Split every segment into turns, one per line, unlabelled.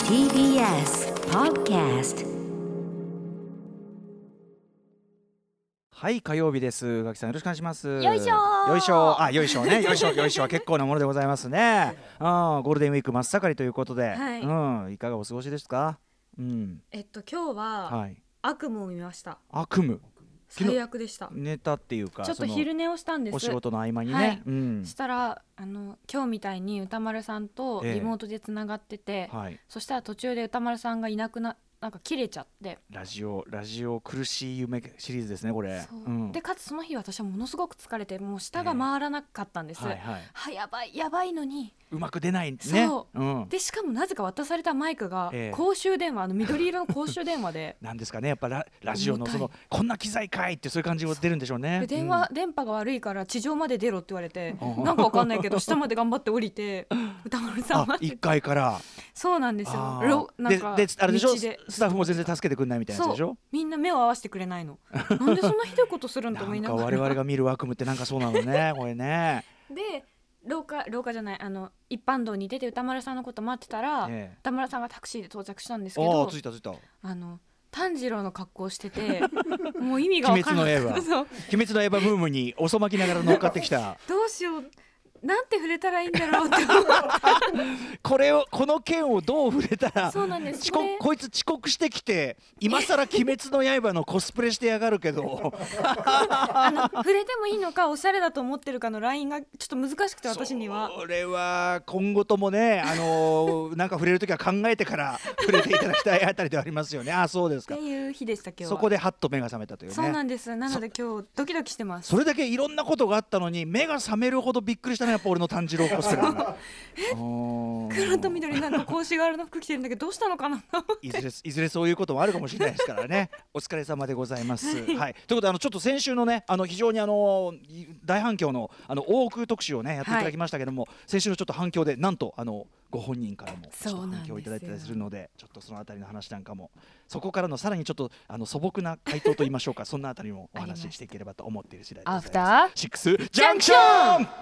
TBS Podcast。
はい、火曜日です。宇垣さんよろしくお願いします。
よいしょー。
よいしょー。あ、よいしょね。よいしょよいしょは結構なものでございますね。ゴールデンウィーク真っ盛りということで、
はい
いかがお過ごしですか。
今日は、
はい。
悪夢を見ました。
悪夢。
最悪でした。
寝たっていうか、
ちょっと昼寝をしたんです。
お仕事の合間にね。
はいしたら今日みたいに歌丸さんとリモートでつながってて、
はい。
そしたら途中で歌丸さんがいなくなんか切れちゃって、
ラジオ苦しい夢シリーズですねこれ。
でかつその日私はものすごく疲れてもう舌が回らなかったんです。
はいはい。
やばいのに
うまく出ないね。
そう、でしかもなぜか渡されたマイクが
ええ
公衆電話、緑色の公衆電話で
なんですかね、やっぱラジオのそのこんな機材かいってそういう感じが出るんでしょうね。
で電波が悪いから地上まで出ろって言われて、なんかわかんないけど下まで頑張って降りて歌丸さんまで
1階から
そうなんですよ。なんか
であれでしょ、
道で
スタッフも全然助けてくれないみたいなやつでしょ。
みんな目を合わせてくれないのなんでそんなひどいことするんと思いながら
なんか我々が見る悪夢ってなんかそうなのねこれね。
で廊下じゃない一般道に出て歌丸さんのこと待ってたら、歌丸さんがタクシーで到着したんですけど、
着いた
炭治郎の格好をしててもう意味が分からない
鬼滅の刃ブームに遅まきながら乗っかってきた
どうしようなんて触れたらいいんだろうって思った
この件をどう触れたら
そうなんです
こいつ遅刻してきて今更鬼滅の刃のコスプレしてやがるけど
触れてもいいのかおしゃれだと思ってるかのラインがちょっと難しくて私には
それは今後ともねなんか触れるときは考えてから触れていただきたいあたりではありますよね。あ、そうですか。
っていう日でした今日は。
そこでハッと目が覚めたというね。
そうなんです。なので今日ドキドキしてます。
それだけいろんなことがあったのに目が覚めるほどびっくりしたのはやっぱ俺の炭治郎コスプレだな
黒と緑なんか格子柄の服着てるんだけどどうしたのかな
いずれそういうこともあるかもしれないですからねお疲れ様でございます、はい、ということでちょっと先週のね非常に大反響の大奥特集をねやっていただきましたけども、先週のちょっと反響でなんとご本人からもちょっと反響をいただいてたりするのでちょっとそのあたりの話なんかもそこからのさらにちょっと素朴な回答と言いましょうかそんなあたりもお話ししていければと思っている次第でございます。
アフター
シックスジャンクション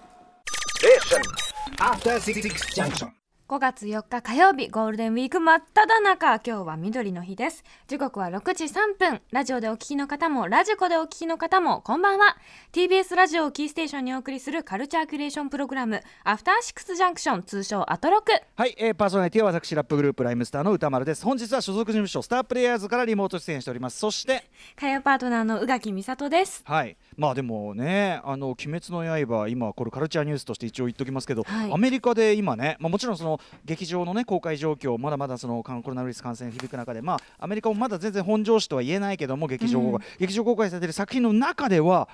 After 66 junction。
5月4日火曜日ゴールデンウィーク真っ只中、今日は緑の日です。時刻は6時3分。ラジオでお聞きの方もラジコでお聞きの方もこんばんは。 TBS ラジオをキーステーションにお送りするカルチャーキュレーションプログラムアフターシックスジャンクション、通称アトロク。
はい、パーソナリティは私ラップグループライムスターの歌丸です。本日は所属事務所スタープレイヤーズからリモート出演しております。そして
火曜パートナーの宇垣美里です。
はい、まあでもね鬼滅の刃今これカルチャーニュースとして一応言っときますけど、
はい、
アメリカで今ね、もちろんその劇場のね公開状況まだまだそのコロナウイルス感染響く中で、アメリカもまだ全然本調子とは言えないけども劇場公開されている作品の中では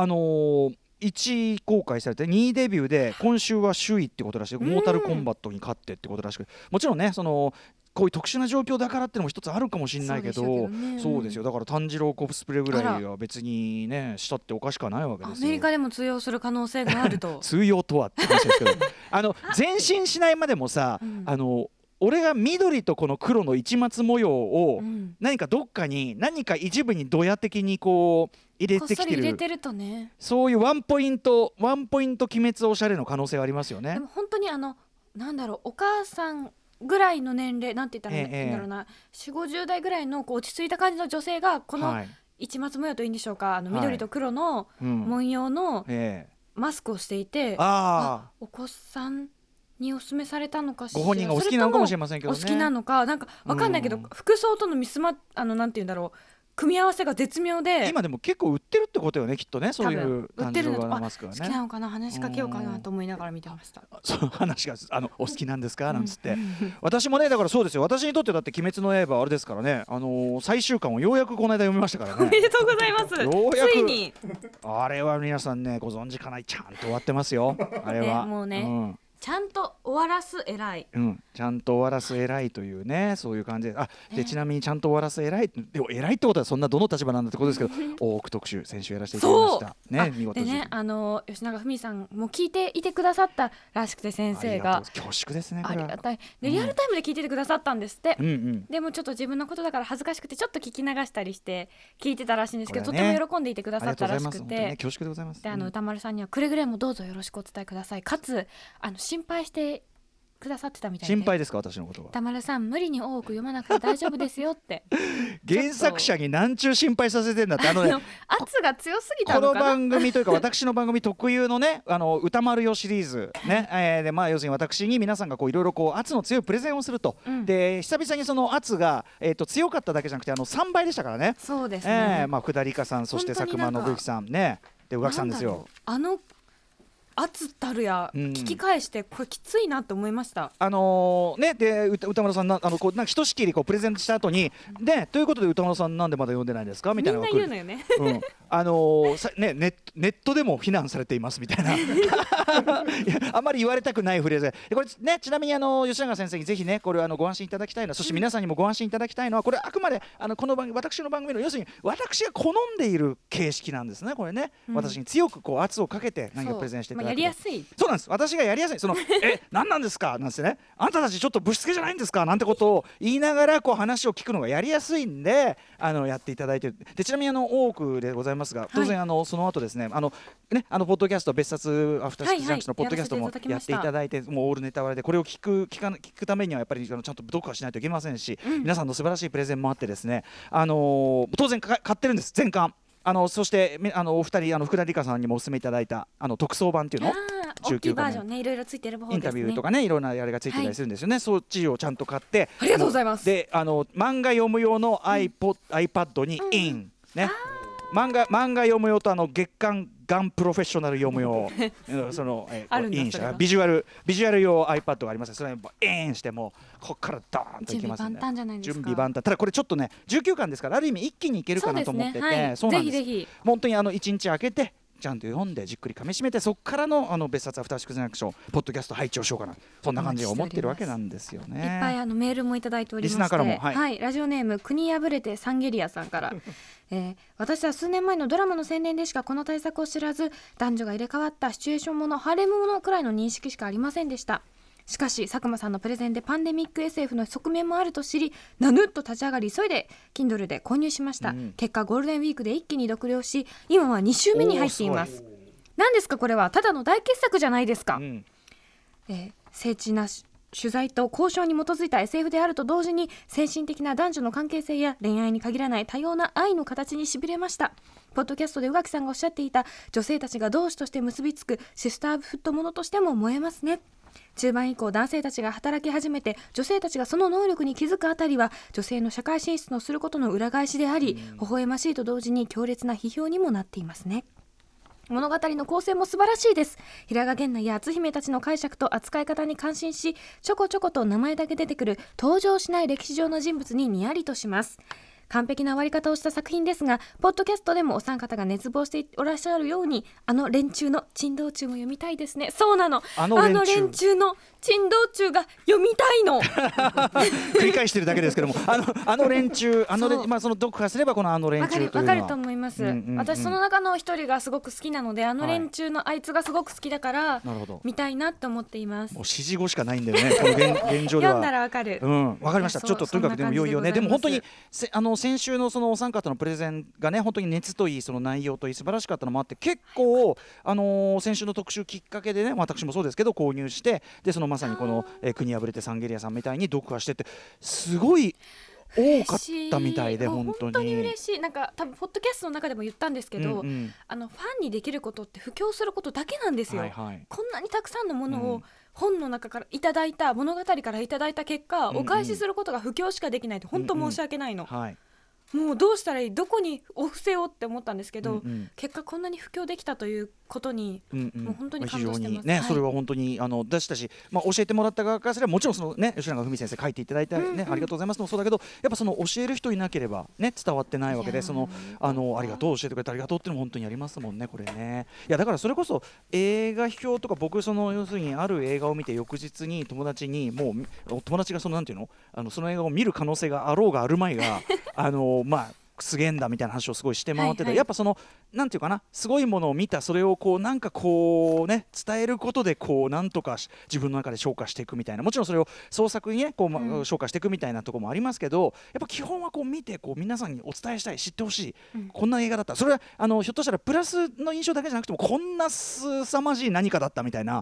1位公開されて2位デビューで今週は首位ってことらしく、モータルコンバットに勝ってってことらしく、もちろんねこういう特殊な状況だからっていうのも一つあるかもしれないけど、そうですよ。だから炭治郎コスプレぐらいは別にねしたっておかしくはないわけですよ。
アメリカでも通用する可能性があると
通用とはって話ですけど前進しないまでもさ、俺が緑とこの黒の市松模様を何かどっかに何か一部にドヤ的にこう入れてきてる、
こっそり入れてるとね、
そういうワンポイント鬼滅おしゃれの可能性がありますよね。
でも本当になんだろう、お母さんぐらいの年齢なんて言ったらいいんだろうな、4、50代ぐらいのこう落ち着いた感じの女性がこの市松模様といいんでしょうか、緑と黒の文様のマスクをしていて、お子さんにお勧めされたのかしら、
ご本人がお好きなのかもしれませんけどね。
お好きなのかなんか分かんないけど、服装とのなんて言うんだろう、組み合わせが絶妙で、
今でも結構売ってるってことよねきっとね、そういう
売ってるのと
マスクがね。
好きなのかな、話しかけようかなと思いながら見てました。
その話がお好きなんですかなんつって私もね、だからそうですよ、私にとってだって鬼滅の刃あれですからね、最終巻をようやくこの間読みましたからね。
おめでとうございます。
ようやく
ついに
あれは皆さんねご存知かない、ちゃんと終わってますよあれは、
もうね、ちゃんと終わらす偉い、
ちゃんと終わらす偉いというね、そういう感じで、でちなみにちゃんと終わらす偉い、でも偉いってことはそんなどの立場なんだってことですけど大奥特集先週やらせていただきましたね。見事
でね、吉永文さんも聞いていてくださったらしくて、先生が
恐縮ですね、
ありがたいで、リアルタイムで聞いててくださったんですって、
うんうん、
でもちょっと自分のことだから恥ずかしくてちょっと聞き流したりして聞いてたらしいんですけど、とても喜んでいてくださったらしくて、
恐縮でございます。
で歌丸さんにはくれぐれもどうぞよろしくお伝えください、かつ心配してくださってたみたいで、
心配ですか私のことが。
田丸さん無理に多く読まなくて大丈夫ですよって
原作者に何ちゅう心配させてんだって。
圧が強すぎたのかな。
この番組というか私の番組特有のね歌丸よシリーズね、で要するに私に皆さんがいろいろ圧の強いプレゼンをすると、で久々にその圧が、強かっただけじゃなくて3倍でしたからね。
そうですね、
福田理香さん、そして佐久間信之さんね、で宇垣さんですよ。
圧たるや、聞き返してこれきついなと思いました。
で歌丸さんなんかひとしきりプレゼントした後にでということで歌丸さんなんでまだ読んでないですかみたいな
みんな言うのよね。
ネットでも非難されていますみたいなあまり言われたくないフレーズで、これね、ちなみに吉永先生にぜひねこれご安心いただきたいのは、そして皆さんにもご安心いただきたいのは、これあくまでこの私の番組の要するに私が好んでいる形式なんですねこれね、私に強く圧をかけて何かプレゼンしていただく、
やりやすい。
そうなんです、私がやりやすい何なんですかなんてね、あんたたちちょっとぶしつけじゃないんですかなんてことを言いながら話を聞くのがやりやすいんでやっていただいてる。でちなみに多くでございますが、当然その後ですねポッドキャスト別冊アフターシックスジャンクションのポッドキャストもやっていただいて、もうオールネタ割れでこれを聞くためにはやっぱりちゃんと読破しないといけませんし、皆さんの素晴らしいプレゼンもあってですね、当然買ってるんです全巻。そしてお二人福田理香さんにもお勧めいただいた特装版っていうの
大きいバージョンね、いろいろついてる方ですね。
インタビューとかねいろんなあれがついてたりするんですよね、そっちをちゃんと買って、
ありがとうございます。
で漫画読む用の iPad にイン、ね、漫画読む用と月刊ガンプロフェッショナル読む用インしたビジュアル用 iPad がありますので、それにインしてもここからドーンといきますので、
準備万端じゃないですか。
準備万端。ただこれちょっとね19巻ですからある意味一気にいけるかなと思ってて、そうなんです。
ぜひぜひ
本当に1日空けてちゃんと読んでじっくり噛み締めて、そこからの別冊アフターシックスジャンクションポッドキャスト配置をしようかな、そんな感じを思ってるわけなんですよね。
いっぱいメールもいただいておりまして、
リスナーからも、
ラジオネーム国破れてサンゲリアさんから私は数年前のドラマの宣伝でしかこの対策を知らず、男女が入れ替わったシチュエーションものハーレムものくらいの認識しかありませんでした。しかし佐久間さんのプレゼンでパンデミック SF の側面もあると知り、なぬっと立ち上がり急いで Kindle で購入しました、結果ゴールデンウィークで一気に読了し、今は2週目に入っています。何ですかこれは、ただの大傑作じゃないですか。精緻な取材と交渉に基づいた SF であると同時に、先進的な男女の関係性や恋愛に限らない多様な愛の形にしびれました。ポッドキャストで宇垣さんがおっしゃっていた女性たちが同志として結びつくシスターフットものとしても燃えますね。中盤以降男性たちが働き始めて、女性たちがその能力に気づくあたりは女性の社会進出のすることの裏返しであり、微笑ましいと同時に強烈な批評にもなっていますね。物語の構成も素晴らしいです。平賀源内や篤姫たちの解釈と扱い方に感心し、ちょこちょこと名前だけ出てくる登場しない歴史上の人物ににやりとします。完璧な終わり方をした作品ですが、ポッドキャストでもお三方が熱望しておらっしゃるように、連中の珍道中も読みたいですね。そうなの、連中の珍道中が読みたいの
繰り返してるだけですけども、連中その読破すればこの連中というのは
わかると思います、私その中の一人がすごく好きなので、連中のあいつがすごく好きだから見たいなと思っています。
もう指示語しかないんだよねこの現状では。
読んだらわかる。
わかりました。ちょっととにかくでもいよいよね。でも本当に先週のそのお三方のプレゼンがね、本当に熱といいその内容といい素晴らしかったのもあって、結構先週の特集きっかけでね、私もそうですけど購入して、でそのまさにこの国破れてサンゲリアさんみたいに読破してってすごい多かったみたいで、本当に
嬉しい。なんか多分ポッドキャストの中でも言ったんですけど、ファンにできることって布教することだけなんですよ、こんなにたくさんのものを、本の中からいただいた物語からいただいた結果、お返しすることが布教しかできないって本当申し訳ないの、もうどうしたらいい、どこにお布施をって思ったんですけど、結果こんなに布教できたということに、もう本当に感動してます。
それは本当に私たち、教えてもらった側からすればもちろんその、吉永文先生書いていただいた、ありがとうございますのもそうだけど、やっぱその教える人いなければ、伝わってないわけで、ありがとう教えてくれてありがとうっていうのも本当にありますもんねこれね。いやだからそれこそ映画批評とか、僕要するにある映画を見て翌日に友達に、もう友達がなんていうの、その映画を見る可能性があろうがあるまいがすげえんだみたいな話をすごいして回ってて、やっぱなんていうかな、すごいものを見た、それをなんか伝えることでなんとか自分の中で消化していくみたいな、もちろんそれを創作にね消化していくみたいなところもありますけど、やっぱ基本は見て皆さんにお伝えしたい、知ってほしい、こんな映画だった、それはひょっとしたらプラスの印象だけじゃなくても、こんな凄まじい何かだったみたいな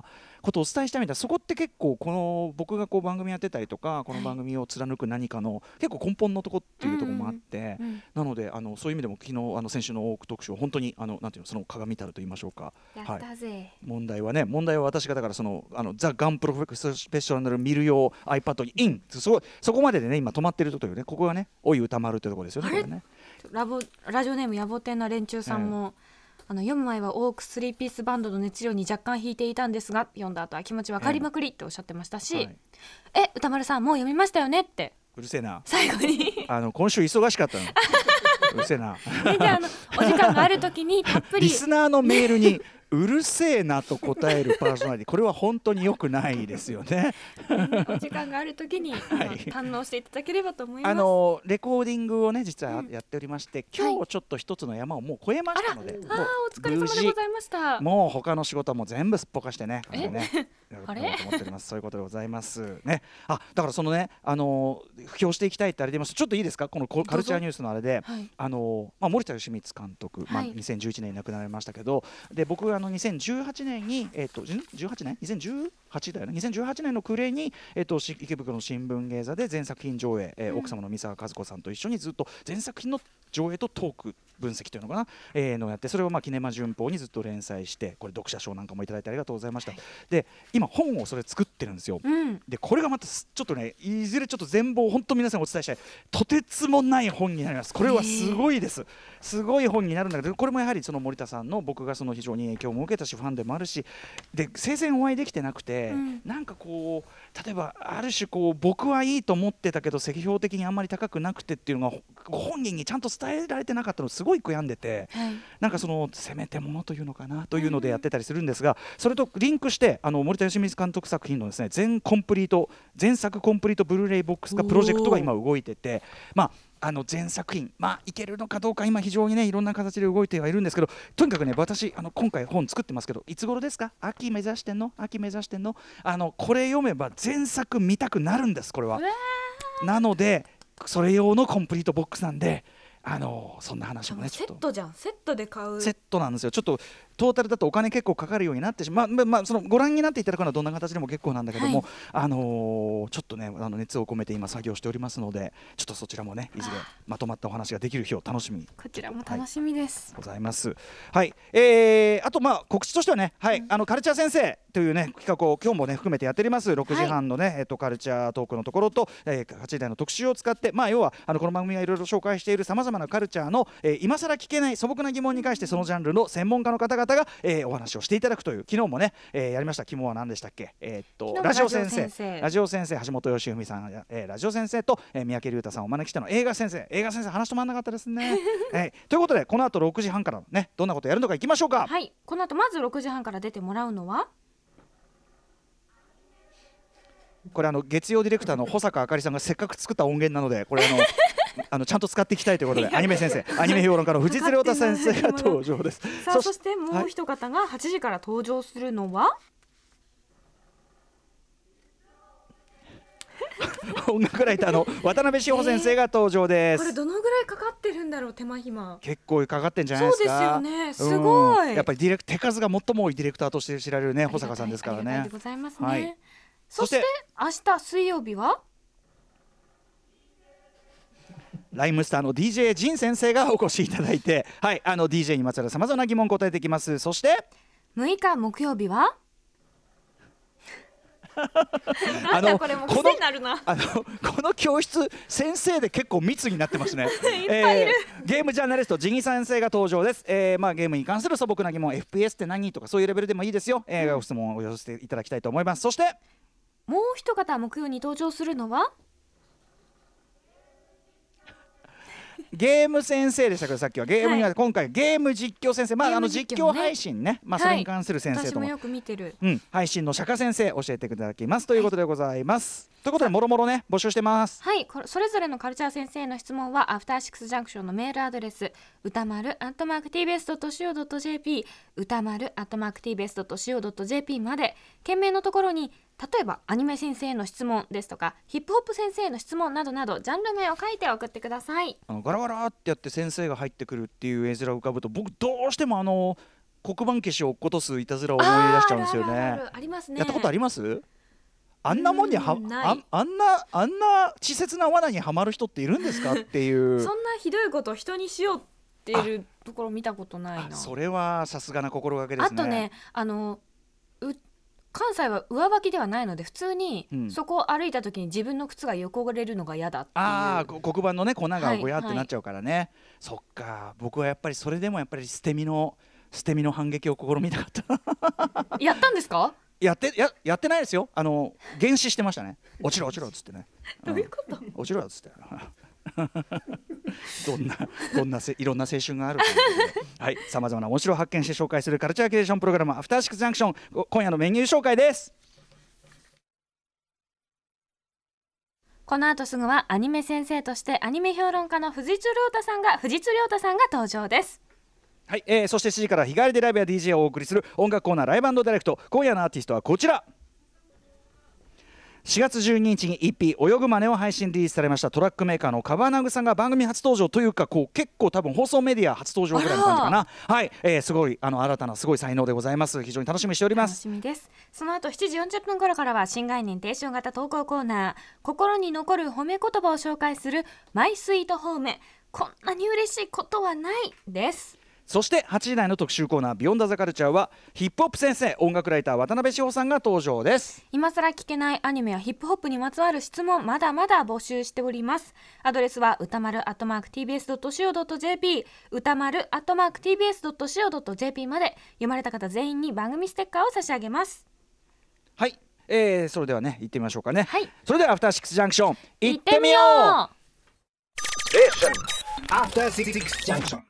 ことをお伝えしたみたいな、そこって結構この僕がこう番組やってたりとかこの番組を貫く何かの結構根本のとこっていうところもあって、なのでそういう意味でも昨日先週のオーク特集本当になんていうのその鏡たると言いましょうか。
やったぜ。
問題は私がだからザ・ガンプロフェッショナル見る用 iPad にインそこまででね今止まってるというね、ここがねおい歌丸というところですよね。
ラジオネーム野暮天な連中さんも、読む前はオーク3ピースバンドの熱量に若干引いていたんですが読んだ後は気持ち分かりまくりっておっしゃってましたし、歌丸さんもう読みましたよねって
うるせえな
最後に
今週忙しかったのうるせえな
じゃあお時間がある時にたっぷり
リスナーのメールにうるせえなと答えるパーソナリティこれは本当に良くないですよね
お時間がある時に堪能していただければと思います。
レコーディングをね実はやっておりまして、今日ちょっと一つの山をもう越えましたので、
お疲れ様でございました。
もう他の仕事はもう全部すっぽかしてねやろうと思っております。そういうことでございますね。だからそのね布教していきたいってあれで言いますと、ちょっといいですか、このカルチャーニュースのあれで、森田義満監督、2011年に亡くなられましたけど、で僕が2018年に2018だよね、2018年の暮れに池袋の新聞芸座で全作品上映、奥様の三沢和子さんと一緒にずっと全作品の上映とトーク分析というのかな、のやって、それをキネマ旬報にずっと連載して、これ読者賞なんかもいただいてありがとうございました。で今本をそれ作ってるんですよ、でこれがまたちょっとねいずれちょっと全貌本当皆さんにお伝えしたいとてつもない本になります。これはすごいです、すごい本になるんだけど、これもやはりその森田さんの僕が非常に影響も受けたしファンでもあるし、で生前お会いできてなくて、なんかこう例えばある種僕はいいと思ってたけど積極的にあんまり高くなくてっていうのが本人にちゃんと伝えられてなかったのすごい悔やんでて、なんかせめてものというのかなというのでやってたりするんですが、それとリンクして森田義満監督作品のですね全作コンプリートブルーレイボックス化プロジェクトが今動いてて、全作品いけるのかどうか今非常にねいろんな形で動いてはいるんですけど、とにかくね私今回本作ってますけど、いつ頃ですか、秋目指してんのこれ読めば全作見たくなるんです。これはなのでそれ用のコンプリートボックスなんでそんな話もねちょっと
セットじゃん、セットで買う
セットなんですよ。ちょっとトータルだとお金結構かかるようになってそのご覧になっていただくのはどんな形でも結構なんだけども、ちょっとね熱を込めて今作業しておりますので、ちょっとそちらもねいずれまとまったお話ができる日を楽しみに、
こちらも楽しみです、
ございます。はい、あと告知としてはね、カルチャー先生というね企画を今日もね含めてやっております。6時半のね、カルチャートークのところと、8時台の特集を使って、要はこの番組がいろいろ紹介しているさまざまなカルチャーの、今更聞けない素朴な疑問に関してそのジャンルの専門家の方々が、お話をしていただくという、昨日もね、やりました。昨日は何でしたっけ、ラジオ先生橋本良文さん、ラジオ先生と、三宅龍太さんをお招きしての映画先生話止まんなかったですね、ということでこの後6時半からねどんなことやるのかいきましょうか。
はい、この後まず6時半から出てもらうのは
これ月曜ディレクターの保坂あかりさんがせっかく作った音源なので、これちゃんと使っていきたいということでアニメ評論家の藤津亮太先生が登場です。
さあそしてもう一方が8時から登場するのは、
音楽ライターの渡辺志保先生が登場です。
これどのぐらいかかってるんだろう、手間暇
結構かかってんじゃないですか。
そうですよね、すごい、
やっぱり手数が最も多いディレクターとして知られるね保坂さんですからね。
ありがたいでございますね、そして明日水曜日は
ライムスターの DJ ジン先生がお越しいただいて、DJ にまつわるさまざまな疑問を答えていきます。そして
6日木曜日はなんだこれも癖になるな
この教室先生で結構密になってますね
いっぱいいる、
ゲームジャーナリストジギ先生が登場です。ゲームに関する素朴な疑問 FPS って何とかそういうレベルでもいいですよ、ご質問をお寄せいただきたいと思います。そして
もう一方木曜に登場するのは
ゲーム先生でしたけど、さっきはゲームに、今回ゲーム実況先生、実況配信ね、それに関する先生とも、
私もよく見てる、
配信の釈迦先生教えていただきますということでございます、ということでもろもろね募集してます。
はい、それぞれのカルチャー先生の質問はアフターシックスジャンクションのメールアドレス歌丸@tbs.co.jp 歌丸@tbs.co.jp まで、件名のところに例えばアニメ先生の質問ですとかヒップホップ先生の質問などなどジャンル名を書いて送ってください。
ガラガラってやって先生が入ってくるっていう絵面を浮かぶと僕どうしても黒板消しを落っことすいたずらを思い出しちゃうんですよね。
ありますね。
やったことあります？あんなもんにあんな稚拙な罠にはまる人っているんですかっていう
そんなひどいことを人にしようっていうところ見たことないな。
それはさすがな心がけですね。
あとね、関西は上履きではないので普通にそこを歩いた時に自分の靴が汚れるのが嫌だっていう、
黒板のね粉がぼやってなっちゃうからね、そっか。僕はやっぱりそれでもやっぱり捨て身の反撃を試みたかった
やったんですか？
やってないですよ。減視してましたね。落ちろっつってね
どういうこと？
落ちろっつってどんないろんな青春があるということで、はい、さまざまな面白を発見して紹介するカルチャーキュレーションプログラムアフターシックスジャンクション、今夜のメニュー紹介です。
この後すぐはアニメ先生としてアニメ評論家の藤津亮太さんが登場です。
はい、そして7時から日帰りでライブや DJ をお送りする音楽コーナーライブ&ダイレクト。今夜のアーティストはこちら。4月12日に EP 泳ぐマネを配信リリースされましたトラックメーカーのカバーナグさんが番組初登場というか、結構多分放送メディア初登場ぐらいの感じかな。はい、すごい新たなすごい才能でございます。非常に楽しみにしております。
楽しみです。その後7時40分頃からは新概念提唱型投稿コーナー、心に残る褒め言葉を紹介するマイスイートホーム、こんなに嬉しいことはないです。
そして8時台の特集コーナービヨンドザカルチャーはヒップホップ先生音楽ライター渡辺志保さんが登場です。
今更聞けないアニメやヒップホップにまつわる質問まだまだ募集しております。アドレスは歌丸@tbs.co.jp 歌丸@tbs.co.jp まで。読まれた方全員に番組ステッカーを差し上げます。
はい、それではね行ってみましょうかね。
はい、
それではアフターシックスジャンクション行ってみよう。
アフターシックスジャンクション。